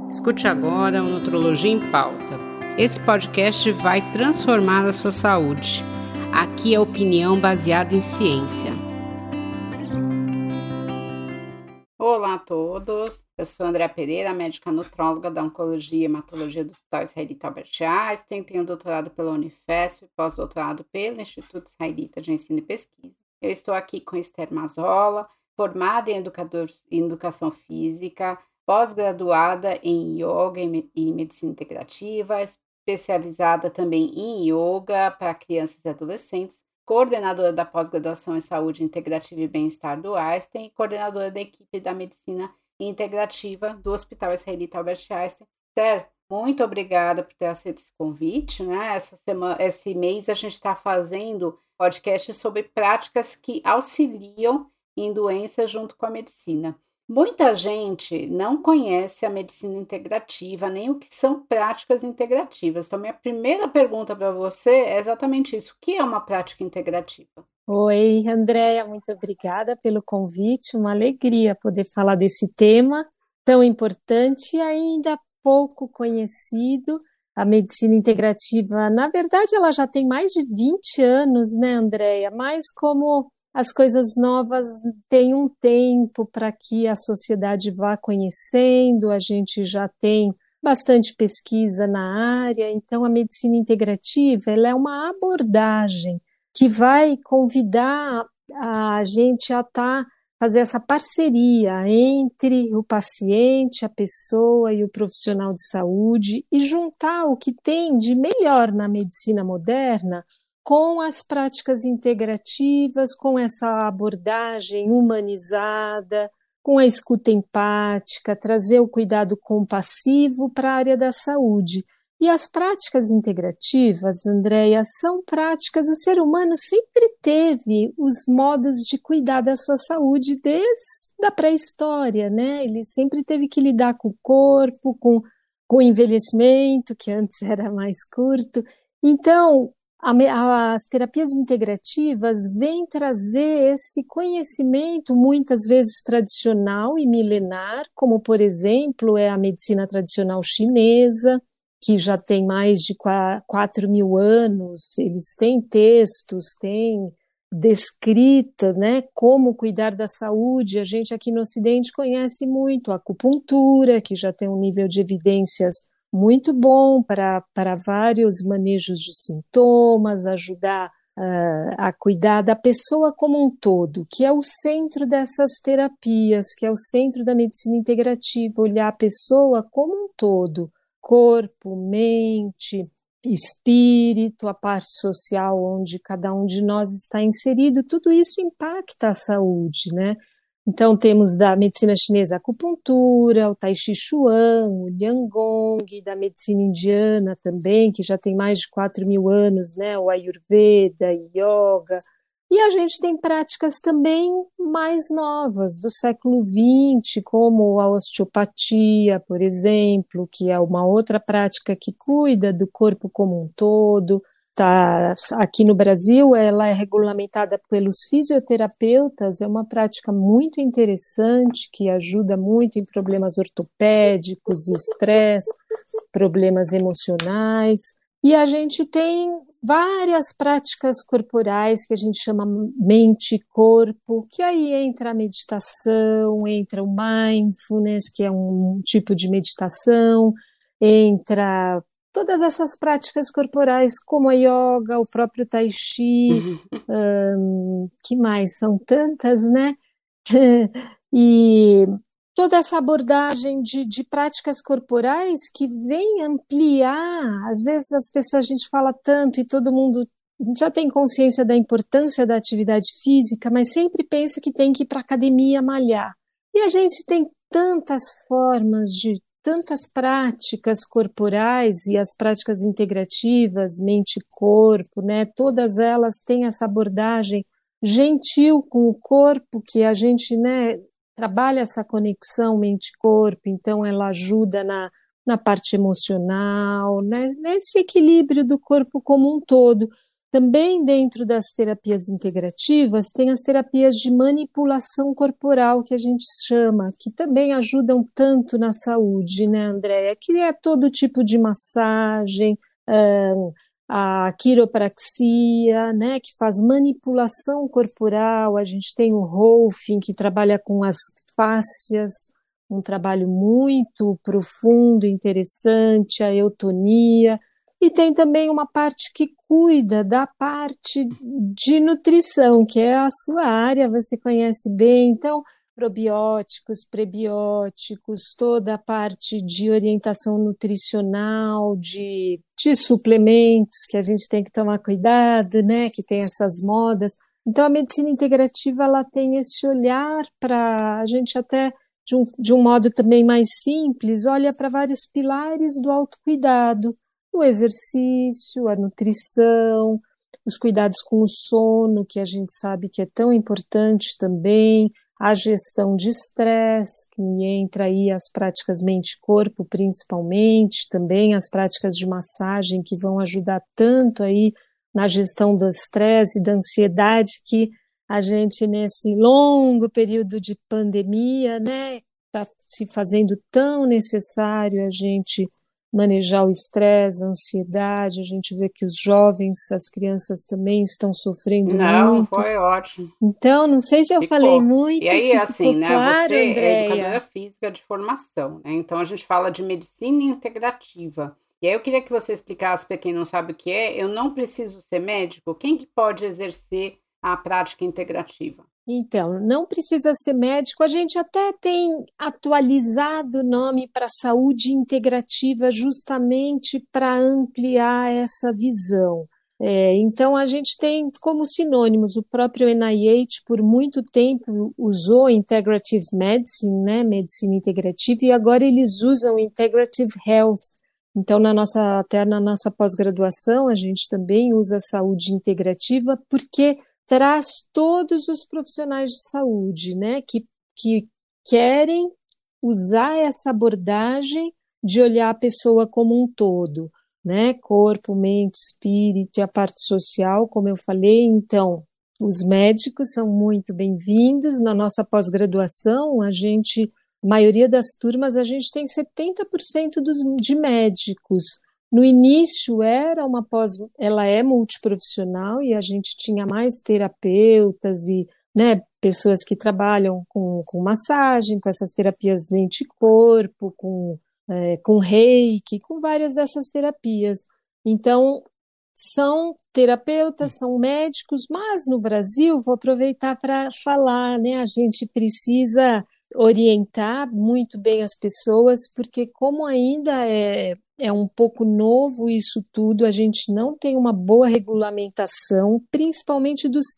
Escute agora o Nutrologia em Pauta. Esse podcast vai transformar a sua saúde. Aqui é opinião baseada em ciência. Olá a todos, eu sou Andréa Pereira, médica nutróloga da Oncologia e Hematologia do Hospital Israelita Albert Einstein, tenho doutorado pela Unifesp e pós-doutorado pelo Instituto Israelita de Ensino e Pesquisa. Eu estou aqui com Esther Mazzola, formada em Educação Física, pós-graduada em Yoga e Medicina Integrativa, especializada também em Yoga para crianças e adolescentes, coordenadora da pós-graduação em Saúde Integrativa e Bem-Estar do Einstein e coordenadora da equipe da Medicina Integrativa do Hospital Israelita Albert Einstein. Esther, muito obrigada por ter aceito esse convite, né? Esse mês a gente está fazendo podcast sobre práticas que auxiliam em doenças junto com a medicina. Muita gente não conhece a medicina integrativa, nem o que são práticas integrativas. Então, minha primeira pergunta para você é exatamente isso. O que é uma prática integrativa? Oi, Andréa, muito obrigada pelo convite. Uma alegria poder falar desse tema tão importante e ainda pouco conhecido. A medicina integrativa, na verdade, ela já tem mais de 20 anos, né, Andréa? Mas como as coisas novas têm um tempo para que a sociedade vá conhecendo, a gente já tem bastante pesquisa na área, então a medicina integrativa ela é uma abordagem que vai convidar a gente a fazer essa parceria entre o paciente, a pessoa e o profissional de saúde e juntar o que tem de melhor na medicina moderna com as práticas integrativas, com essa abordagem humanizada, com a escuta empática, trazer o cuidado compassivo para a área da saúde. E as práticas integrativas, Andréia, são práticas, o ser humano sempre teve os modos de cuidar da sua saúde desde a pré-história, né? Ele sempre teve que lidar com o corpo, com o envelhecimento, que antes era mais curto. Então, as terapias integrativas vêm trazer esse conhecimento, muitas vezes tradicional e milenar, como, por exemplo, é a medicina tradicional chinesa, que já tem mais de 4.000 anos, eles têm textos, têm descrita, né, como cuidar da saúde. A gente aqui no Ocidente conhece muito a acupuntura, que já tem um nível de evidências muito bom para vários manejos de sintomas, ajudar a cuidar da pessoa como um todo, que é o centro dessas terapias, que é o centro da medicina integrativa, olhar a pessoa como um todo, corpo, mente, espírito, a parte social onde cada um de nós está inserido, tudo isso impacta a saúde, né? Então, temos da medicina chinesa a acupuntura, o Tai Chi Chuan, o Liangong, da medicina indiana também, que já tem mais de 4.000 anos, né? O Ayurveda, Yoga. E a gente tem práticas também mais novas, do século XX, como a osteopatia, por exemplo, que é uma outra prática que cuida do corpo como um todo. Aqui no Brasil, ela é regulamentada pelos fisioterapeutas, é uma prática muito interessante, que ajuda muito em problemas ortopédicos, estresse, problemas emocionais. E a gente tem várias práticas corporais que a gente chama mente e corpo, que aí entra a meditação, entra o mindfulness, que é um tipo de meditação, entra todas essas práticas corporais, como a yoga, o próprio tai chi, que mais? São tantas, né? E toda essa abordagem de práticas corporais que vem ampliar, às vezes as pessoas, a gente fala tanto e todo mundo já tem consciência da importância da atividade física, mas sempre pensa que tem que ir para a academia malhar. E a gente tem tantas formas tantas práticas corporais e as práticas integrativas, mente e corpo, né? Todas elas têm essa abordagem gentil com o corpo, que a gente, né, trabalha essa conexão mente-corpo, então ela ajuda na parte emocional, né, nesse equilíbrio do corpo como um todo. Também dentro das terapias integrativas, tem as terapias de manipulação corporal, que a gente chama, que também ajudam tanto na saúde, né, Andréia? Que é todo tipo de massagem, a quiropraxia, né, que faz manipulação corporal. A gente tem o Rolfing, que trabalha com as fáscias, um trabalho muito profundo, interessante, a eutonia. E tem também uma parte que cuida da parte de nutrição, que é a sua área, você conhece bem. Então, probióticos, prebióticos, toda a parte de orientação nutricional, de suplementos, que a gente tem que tomar cuidado, né? Que tem essas modas. Então, a medicina integrativa, ela tem esse olhar para a gente até de um modo também mais simples, olha para vários pilares do autocuidado, o exercício, a nutrição, os cuidados com o sono, que a gente sabe que é tão importante também, a gestão de estresse, que entra aí as práticas mente-corpo principalmente, também as práticas de massagem que vão ajudar tanto aí na gestão do estresse e da ansiedade que a gente, nesse longo período de pandemia, né, está se fazendo tão necessário a gente manejar o estresse, a ansiedade. A gente vê que os jovens, as crianças também estão sofrendo Não, muito. foi ótimo. Então, não sei se eu falei Ficou. muito, E aí, se assim, ficou né? claro, Você é Andréia. educadora física de formação, né? Então a gente fala de medicina integrativa. E aí eu queria que você explicasse para quem não sabe o que é. Eu não preciso ser médico. Quem que pode exercer a prática integrativa? Então, não precisa ser médico, a gente até tem atualizado o nome para saúde integrativa justamente para ampliar essa visão. Então, a gente tem como sinônimos o próprio NIH, por muito tempo usou Integrative Medicine, né, medicina integrativa, e agora eles usam Integrative Health. Então, até na nossa pós-graduação, a gente também usa saúde integrativa, porque traz todos os profissionais de saúde, né, que querem usar essa abordagem de olhar a pessoa como um todo, né, corpo, mente, espírito e a parte social, como eu falei. Então, os médicos são muito bem-vindos. Na nossa pós-graduação, a maioria das turmas, a gente tem 70% de médicos. No início ela é multiprofissional e a gente tinha mais terapeutas e, né, pessoas que trabalham com massagem, com essas terapias mente e corpo, com reiki, com várias dessas terapias. Então, são terapeutas, são médicos, mas no Brasil, vou aproveitar para falar, né, a gente precisa orientar muito bem as pessoas, porque como ainda é um pouco novo isso tudo, a gente não tem uma boa regulamentação, principalmente dos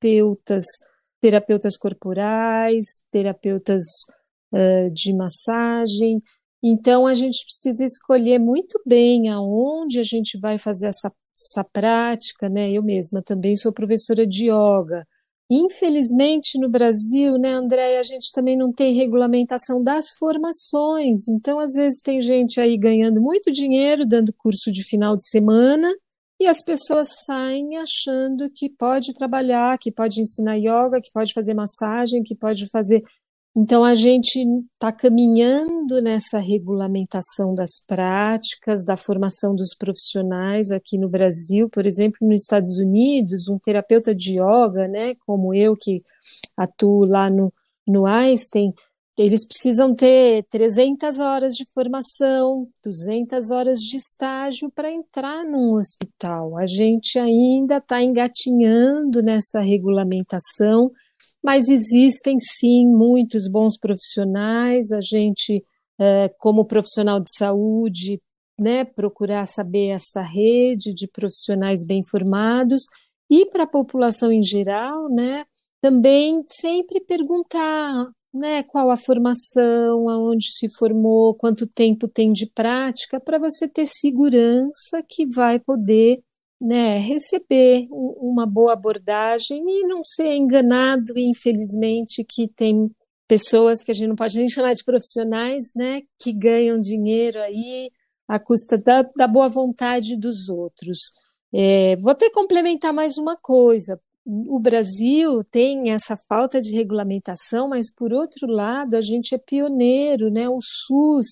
terapeutas corporais, terapeutas de massagem. Então, a gente precisa escolher muito bem aonde a gente vai fazer essa prática, né? Eu mesma também sou professora de yoga. Infelizmente, no Brasil, né, Andréia, a gente também não tem regulamentação das formações. Então, às vezes, tem gente aí ganhando muito dinheiro, dando curso de final de semana, e as pessoas saem achando que pode trabalhar, que pode ensinar yoga, que pode fazer massagem, que pode fazer. Então, a gente está caminhando nessa regulamentação das práticas, da formação dos profissionais aqui no Brasil. Por exemplo, nos Estados Unidos, um terapeuta de yoga, né, como eu, que atuo lá no Einstein, eles precisam ter 300 horas de formação, 200 horas de estágio para entrar num hospital. A gente ainda está engatinhando nessa regulamentação, mas existem sim muitos bons profissionais. A gente, como profissional de saúde, né, procurar saber essa rede de profissionais bem formados, e para a população em geral, né, também sempre perguntar, né, qual a formação, aonde se formou, quanto tempo tem de prática, para você ter segurança que vai poder, né, receber uma boa abordagem e não ser enganado. Infelizmente, que tem pessoas que a gente não pode nem chamar de profissionais, né, que ganham dinheiro aí à custa da boa vontade dos outros. Vou até complementar mais uma coisa. O Brasil tem essa falta de regulamentação, mas, por outro lado, a gente é pioneiro, né? O SUS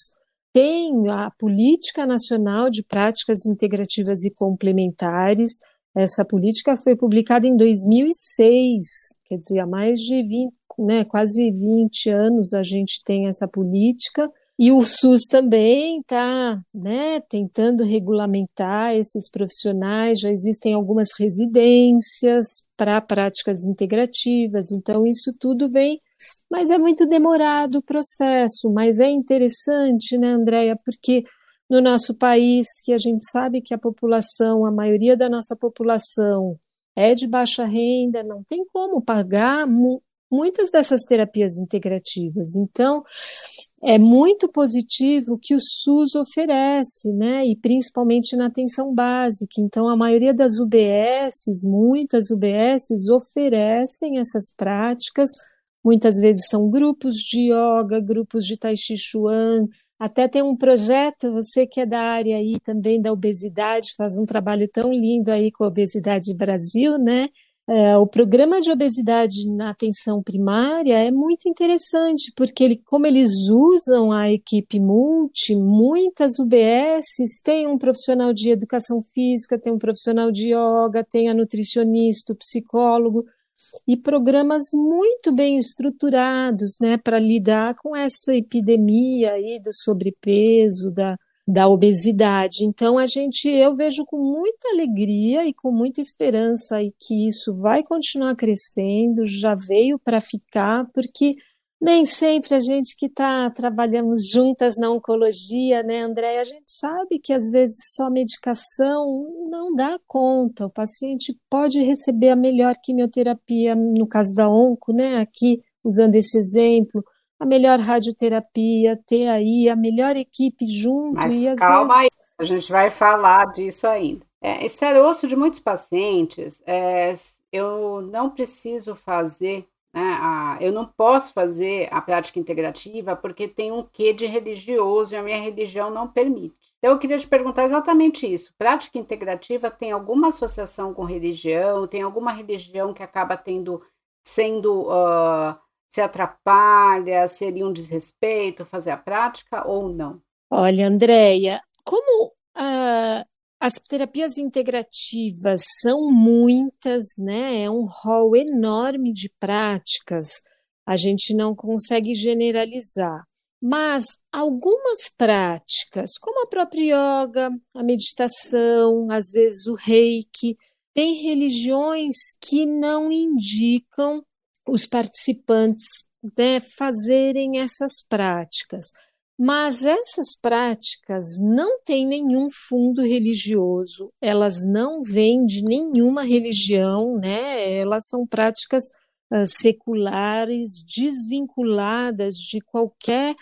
tem a Política Nacional de Práticas Integrativas e Complementares. Essa política foi publicada em 2006, quer dizer, há mais de 20, né, quase 20 anos a gente tem essa política. E o SUS também está, né, tentando regulamentar esses profissionais, já existem algumas residências para práticas integrativas, então isso tudo vem, mas é muito demorado o processo, mas é interessante, né, Andréia, porque no nosso país, que a gente sabe que a população, a maioria da nossa população é de baixa renda, não tem como pagar muitas dessas terapias integrativas, então é muito positivo que o SUS oferece, né? E principalmente na atenção básica. Então, a maioria das UBSs, muitas UBSs oferecem essas práticas. Muitas vezes são grupos de yoga, grupos de Tai Chi Chuan. Até tem um projeto, você que é da área aí também da obesidade, faz um trabalho tão lindo aí com a Obesidade Brasil, né? O programa de obesidade na atenção primária é muito interessante, porque como eles usam a equipe multi, muitas UBSs têm um profissional de educação física, tem um profissional de yoga, tem a nutricionista, o psicólogo, e programas muito bem estruturados, né, para lidar com essa epidemia aí do sobrepeso, da obesidade. Então, eu vejo com muita alegria e com muita esperança aí que isso vai continuar crescendo, já veio para ficar, porque nem sempre a gente que trabalhamos juntas na oncologia, né, André, a gente sabe que às vezes só medicação não dá conta. O paciente pode receber a melhor quimioterapia, no caso da onco, né, aqui usando esse exemplo, a melhor radioterapia, ter aí a melhor equipe junto e Mas às calma aí, vezes. a gente vai falar disso ainda. Esse caroço de muitos pacientes, eu não preciso fazer, né, eu não posso fazer a prática integrativa porque tem um quê de religioso e a minha religião não permite. Então, eu queria te perguntar exatamente isso. Prática integrativa tem alguma associação com religião? Tem alguma religião que acaba sendo, se atrapalha, seria um desrespeito fazer a prática ou não? Olha, Andréia, como as terapias integrativas são muitas, né? É um rol enorme de práticas, a gente não consegue generalizar. Mas algumas práticas, como a própria yoga, a meditação, às vezes o reiki, tem religiões que não indicam os participantes, né, fazerem essas práticas. Mas essas práticas não têm nenhum fundo religioso, elas não vêm de nenhuma religião, né? Elas são práticas seculares, desvinculadas de qualquer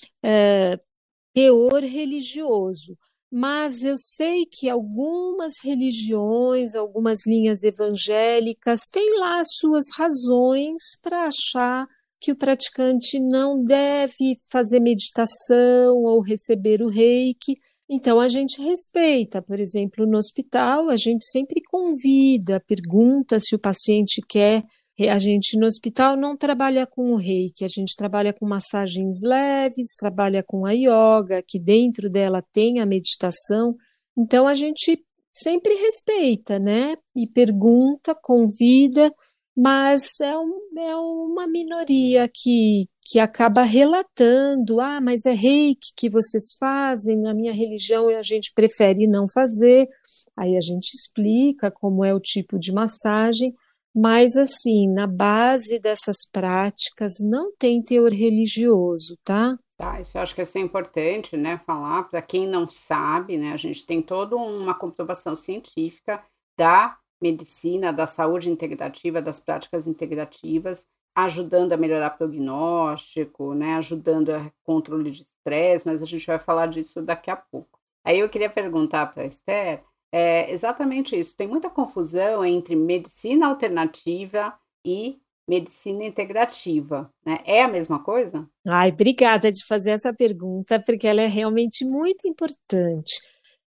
teor religioso. Mas eu sei que algumas religiões, algumas linhas evangélicas têm lá as suas razões para achar que o praticante não deve fazer meditação ou receber o reiki. Então, a gente respeita, por exemplo, no hospital, a gente sempre convida, pergunta se o paciente quer. A gente no hospital não trabalha com o reiki, a gente trabalha com massagens leves, trabalha com a yoga, que dentro dela tem a meditação. Então, a gente sempre respeita, né? E pergunta, convida, mas é uma minoria que acaba relatando, mas é reiki que vocês fazem, na minha religião a gente prefere não fazer, aí a gente explica como é o tipo de massagem, mas assim, na base dessas práticas não tem teor religioso, tá? Tá, isso eu acho que isso é importante, né, falar para quem não sabe, né, a gente tem toda uma comprovação científica da medicina, da saúde integrativa, das práticas integrativas, ajudando a melhorar prognóstico, né, ajudando a controle de estresse, mas a gente vai falar disso daqui a pouco. Aí eu queria perguntar para a Esther, exatamente isso, tem muita confusão entre medicina alternativa e medicina integrativa, né? É a mesma coisa? Ai, obrigada de fazer essa pergunta, porque ela é realmente muito importante.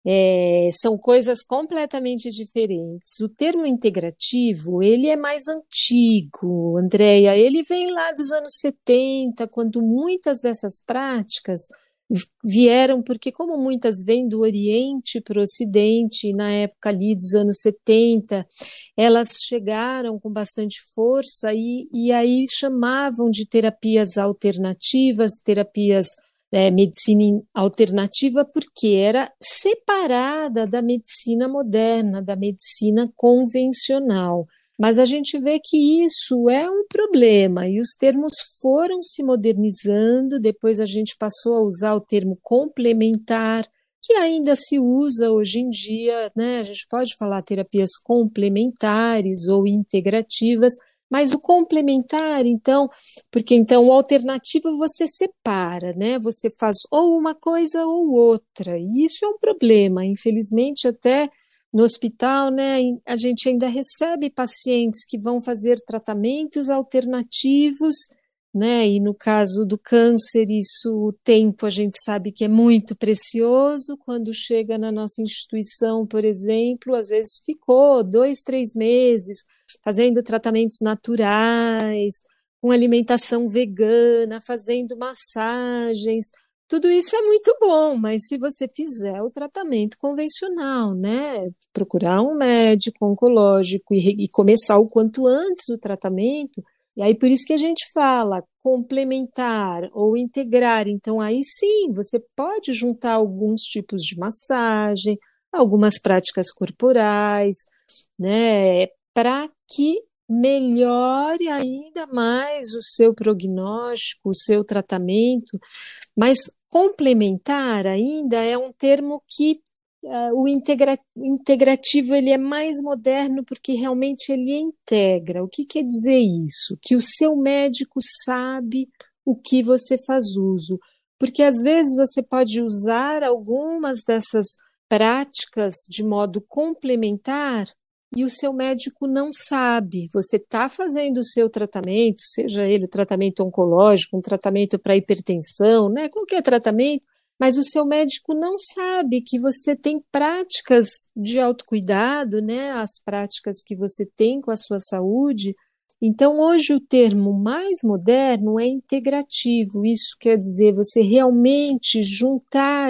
São coisas completamente diferentes. O termo integrativo, ele é mais antigo, Andréia, ele vem lá dos anos 70, quando muitas dessas práticas vieram, porque como muitas vêm do Oriente para o Ocidente, na época ali dos anos 70, elas chegaram com bastante força e aí chamavam de terapias alternativas, terapias medicina alternativa, porque era separada da medicina moderna, da medicina convencional. Mas a gente vê que isso é um problema e os termos foram se modernizando, depois a gente passou a usar o termo complementar, que ainda se usa hoje em dia, né? A gente pode falar terapias complementares ou integrativas, mas o complementar, então, porque então o alternativo você separa, né? Você faz ou uma coisa ou outra, e isso é um problema. Infelizmente, até no hospital, né, a gente ainda recebe pacientes que vão fazer tratamentos alternativos, né? E no caso do câncer, isso, o tempo a gente sabe que é muito precioso. Quando chega na nossa instituição, por exemplo, às vezes ficou 2, 3 meses fazendo tratamentos naturais, com alimentação vegana, fazendo massagens. Tudo isso é muito bom, mas se você fizer o tratamento convencional, né? Procurar um médico oncológico e começar o quanto antes o tratamento, e aí por isso que a gente fala complementar ou integrar. Então aí sim, você pode juntar alguns tipos de massagem, algumas práticas corporais, né, para que melhore ainda mais o seu prognóstico, o seu tratamento, mas complementar ainda é um termo que o integrativo ele é mais moderno porque realmente ele integra. O que quer dizer isso? Que o seu médico sabe o que você faz uso. Porque às vezes você pode usar algumas dessas práticas de modo complementar e o seu médico não sabe. Você está fazendo o seu tratamento, seja ele um tratamento oncológico, um tratamento para hipertensão, né? Qualquer tratamento, mas o seu médico não sabe que você tem práticas de autocuidado, né? As práticas que você tem com a sua saúde. Então, hoje o termo mais moderno é integrativo. Isso quer dizer você realmente juntar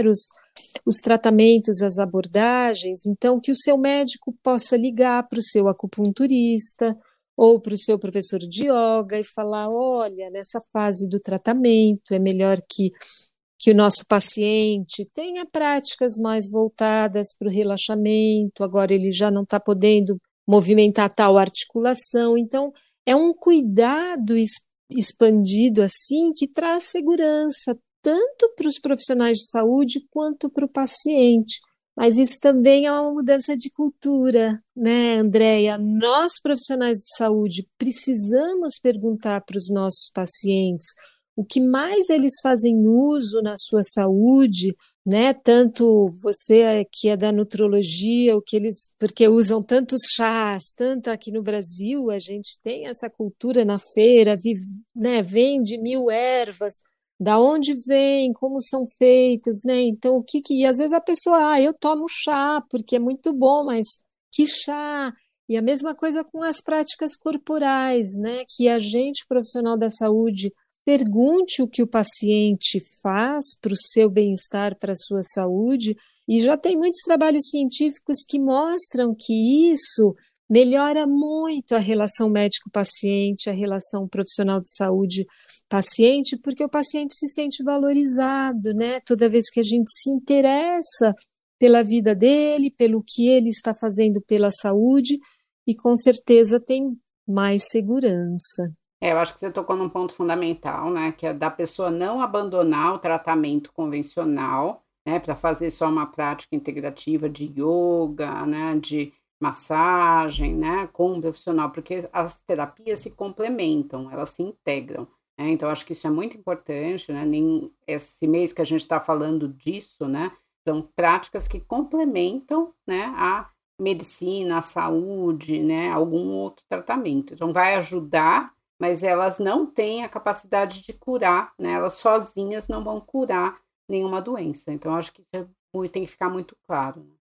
os tratamentos, as abordagens, então que o seu médico possa ligar para o seu acupunturista ou para o seu professor de yoga e falar, olha, nessa fase do tratamento é melhor que o nosso paciente tenha práticas mais voltadas para o relaxamento, agora ele já não está podendo movimentar tal articulação, então é um cuidado expandido assim que traz segurança tanto para os profissionais de saúde quanto para o paciente. Mas isso também é uma mudança de cultura, né, Andréia? Nós, profissionais de saúde, precisamos perguntar para os nossos pacientes o que mais eles fazem uso na sua saúde, né? Tanto você que é da nutrologia, o que eles, porque usam tantos chás, tanto aqui no Brasil, a gente tem essa cultura na feira, né? Vende 1000 ervas, da onde vem, como são feitos, né? Então, e às vezes a pessoa, eu tomo chá porque é muito bom, mas que chá? E a mesma coisa com as práticas corporais, né? Que a gente, profissional da saúde, pergunte o que o paciente faz para o seu bem-estar, para a sua saúde, e já tem muitos trabalhos científicos que mostram que isso melhora muito a relação médico-paciente, a relação profissional de saúde paciente, porque o paciente se sente valorizado, né? Toda vez que a gente se interessa pela vida dele, pelo que ele está fazendo pela saúde, e com certeza tem mais segurança. Eu acho que você tocou num ponto fundamental, né, que é da pessoa não abandonar o tratamento convencional, né, para fazer só uma prática integrativa de yoga, né, de massagem, né, com um profissional, porque as terapias se complementam, elas se integram, né, então acho que isso é muito importante, né, nem esse mês que a gente está falando disso, né, são práticas que complementam, né, a medicina, a saúde, né, algum outro tratamento, então vai ajudar, mas elas não têm a capacidade de curar, né? Elas sozinhas não vão curar nenhuma doença. Então, acho que isso tem que ficar muito claro.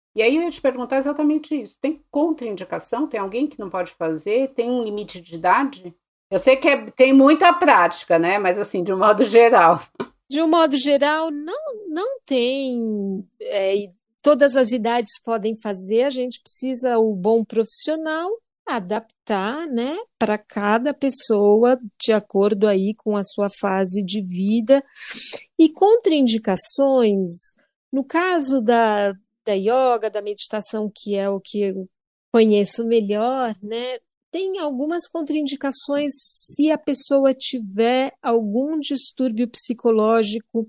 E aí eu ia te perguntar exatamente isso. Tem contraindicação? Tem alguém que não pode fazer? Tem um limite de idade? Eu sei que tem muita prática, né? Mas assim, de um modo geral. De um modo geral, não tem. Todas as idades podem fazer, a gente precisa o bom profissional adaptar, né, para cada pessoa, de acordo aí com a sua fase de vida. E contraindicações, no caso da yoga, da meditação, que é o que eu conheço melhor, né? Tem algumas contraindicações se a pessoa tiver algum distúrbio psicológico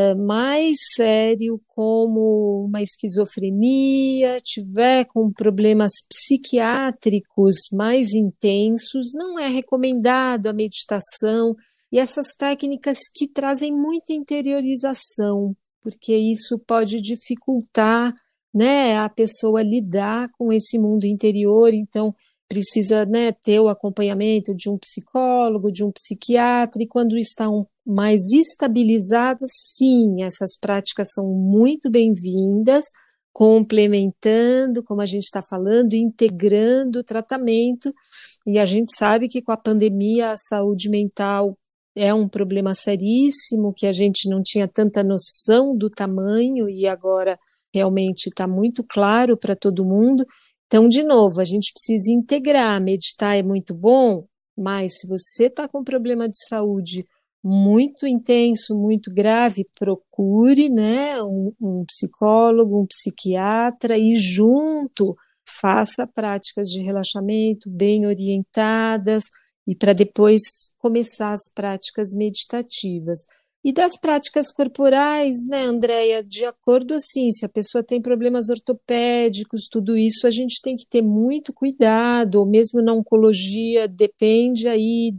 mais sério, como uma esquizofrenia, tiver com problemas psiquiátricos mais intensos, não é recomendado a meditação e essas técnicas que trazem muita interiorização, porque isso pode dificultar, né, a pessoa lidar com esse mundo interior, então precisa, né, ter o acompanhamento de um psicólogo, de um psiquiatra, e quando estão mais estabilizadas, sim, essas práticas são muito bem-vindas, complementando, como a gente está falando, integrando o tratamento, e a gente sabe que com a pandemia a saúde mental é um problema seríssimo, que a gente não tinha tanta noção do tamanho, e agora realmente está muito claro para todo mundo. Então, de novo, a gente precisa integrar. Meditar é muito bom, mas se você está com um problema de saúde muito intenso, muito grave, procure, né, um psicólogo, um psiquiatra e junto faça práticas de relaxamento bem orientadas e para depois começar as práticas meditativas. E das práticas corporais, né, Andréia, de acordo assim, se a pessoa tem problemas ortopédicos, tudo isso a gente tem que ter muito cuidado, ou mesmo na oncologia, depende aí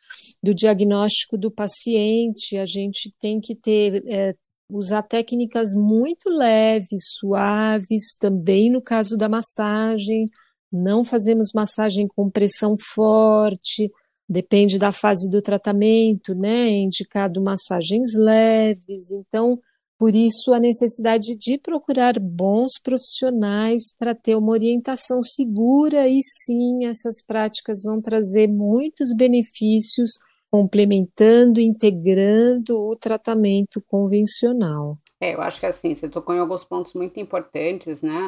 do diagnóstico do paciente, a gente tem que ter, usar técnicas muito leves, suaves, também no caso da massagem, não fazemos massagem com pressão forte, depende da fase do tratamento, né? É indicado massagens leves, então, por isso a necessidade de procurar bons profissionais para ter uma orientação segura, e sim, essas práticas vão trazer muitos benefícios, complementando, integrando o tratamento convencional. Eu acho que assim, você tocou em alguns pontos muito importantes, né?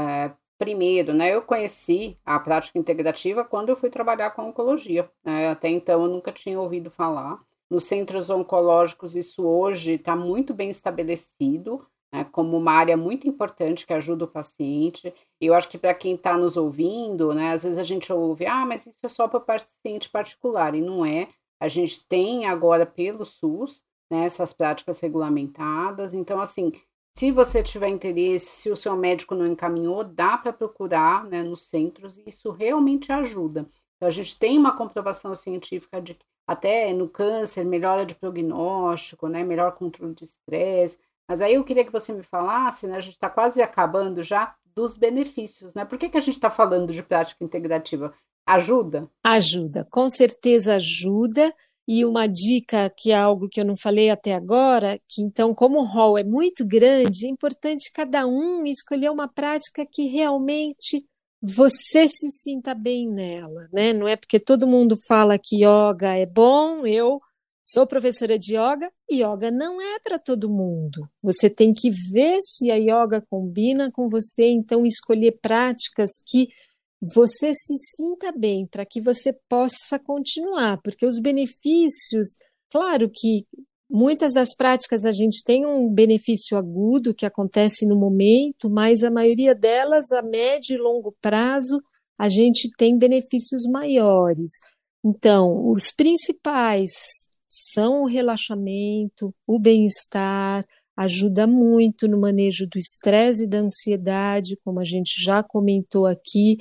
Primeiro, né, eu conheci a prática integrativa quando eu fui trabalhar com oncologia, né? Até então eu nunca tinha ouvido falar. Nos centros oncológicos, isso hoje está muito bem estabelecido, né, como uma área muito importante que ajuda o paciente. E eu acho que para quem está nos ouvindo, né, às vezes a gente ouve, mas isso é só para paciente particular, e não é. A gente tem agora pelo SUS, né, essas práticas regulamentadas. Então, assim, se você tiver interesse, se o seu médico não encaminhou, dá para procurar, né, nos centros, e isso realmente ajuda. Então, a gente tem uma comprovação científica de que até no câncer, melhora de prognóstico, né, melhor controle de estresse. Mas aí eu queria que você me falasse, né, a gente está quase acabando já, dos benefícios, né? Por que a gente está falando de prática integrativa? Ajuda? Ajuda, com certeza ajuda. E uma dica que é algo que eu não falei até agora, que então, como o rol é muito grande, é importante cada um escolher uma prática que realmente você se sinta bem nela, né? Não é porque todo mundo fala que yoga é bom, eu sou professora de yoga, e yoga não é para todo mundo. Você tem que ver se a yoga combina com você, então escolher práticas que você se sinta bem, para que você possa continuar, porque os benefícios, claro que muitas das práticas a gente tem um benefício agudo que acontece no momento, mas a maioria delas, a médio e longo prazo, a gente tem benefícios maiores. Então, os principais são o relaxamento, o bem-estar, ajuda muito no manejo do estresse e da ansiedade, como a gente já comentou aqui,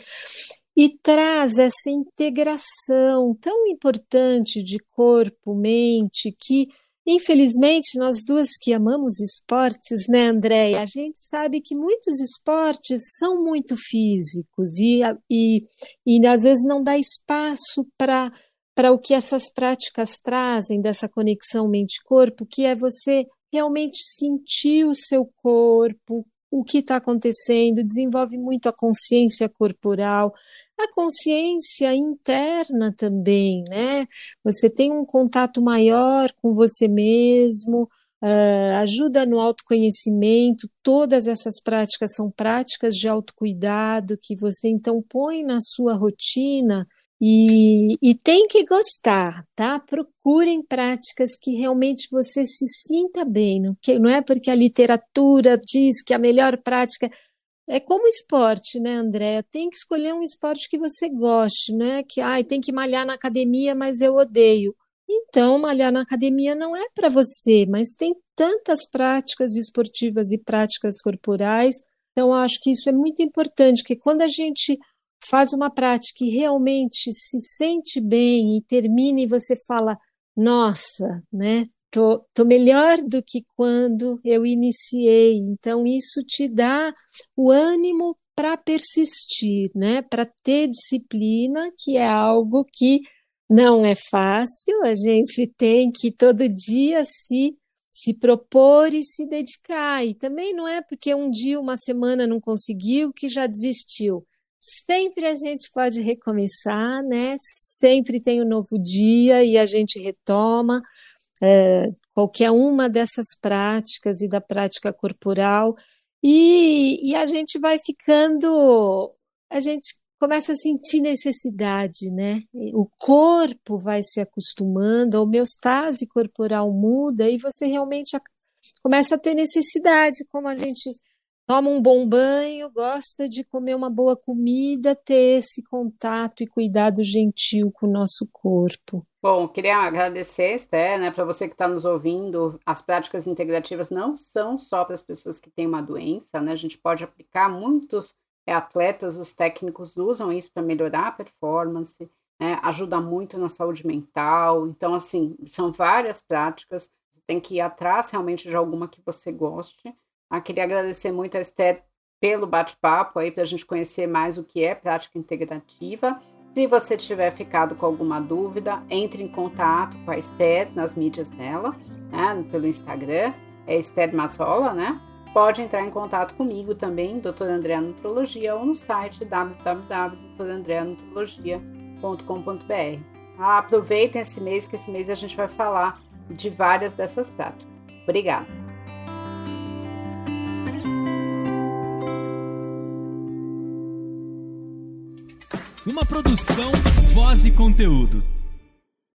e traz essa integração tão importante de corpo, mente, que, infelizmente, nós duas que amamos esportes, né, Andréia? A gente sabe que muitos esportes são muito físicos e às vezes não dá espaço para o que essas práticas trazem dessa conexão mente-corpo, que é você realmente sentir o seu corpo, o que está acontecendo, desenvolve muito a consciência corporal, a consciência interna também, né? Você tem um contato maior com você mesmo, ajuda no autoconhecimento. Todas essas práticas são práticas de autocuidado que você então põe na sua rotina e tem que gostar, tá? Procurem práticas que realmente você se sinta bem, não é porque a literatura diz que a melhor prática é como esporte, né, Andréa? Tem que escolher um esporte que você goste, né? Que tem que malhar na academia, mas eu odeio. Então, malhar na academia não é para você, mas tem tantas práticas esportivas e práticas corporais. Então, acho que isso é muito importante, que quando a gente faz uma prática e realmente se sente bem e termina e você fala, nossa, né? Tô melhor do que quando eu iniciei. Então, isso te dá o ânimo para persistir, né? Para ter disciplina, que é algo que não é fácil. A gente tem que todo dia se propor e se dedicar. E também não é porque um dia, uma semana não conseguiu que já desistiu. Sempre a gente pode recomeçar, né? Sempre tem um novo dia e a gente retoma. Qualquer uma dessas práticas e da prática corporal, e a gente vai ficando, a gente começa a sentir necessidade, né? O corpo vai se acostumando, a homeostase corporal muda e você realmente começa a ter necessidade, como a gente toma um bom banho, gosta de comer uma boa comida, ter esse contato e cuidado gentil com o nosso corpo. Bom, queria agradecer, Esther, né, para você que está nos ouvindo. As práticas integrativas não são só para as pessoas que têm uma doença, né? A gente pode aplicar, muitos atletas, os técnicos usam isso para melhorar a performance, né? Ajuda muito na saúde mental. Então, assim, são várias práticas. Você tem que ir atrás realmente de alguma que você goste. Queria agradecer muito a Esther pelo bate-papo aí, para a gente conhecer mais o que é prática integrativa. Se você tiver ficado com alguma dúvida, entre em contato com a Esther nas mídias dela, né, pelo Instagram, é Esther Mazzola, né? Pode entrar em contato comigo também, Doutora Andréa Nutrologia, ou no site www.doutoraandreanutrologia.com.br. Aproveitem esse mês, que esse mês a gente vai falar de várias dessas práticas. Obrigada! Uma produção Voz e Conteúdo.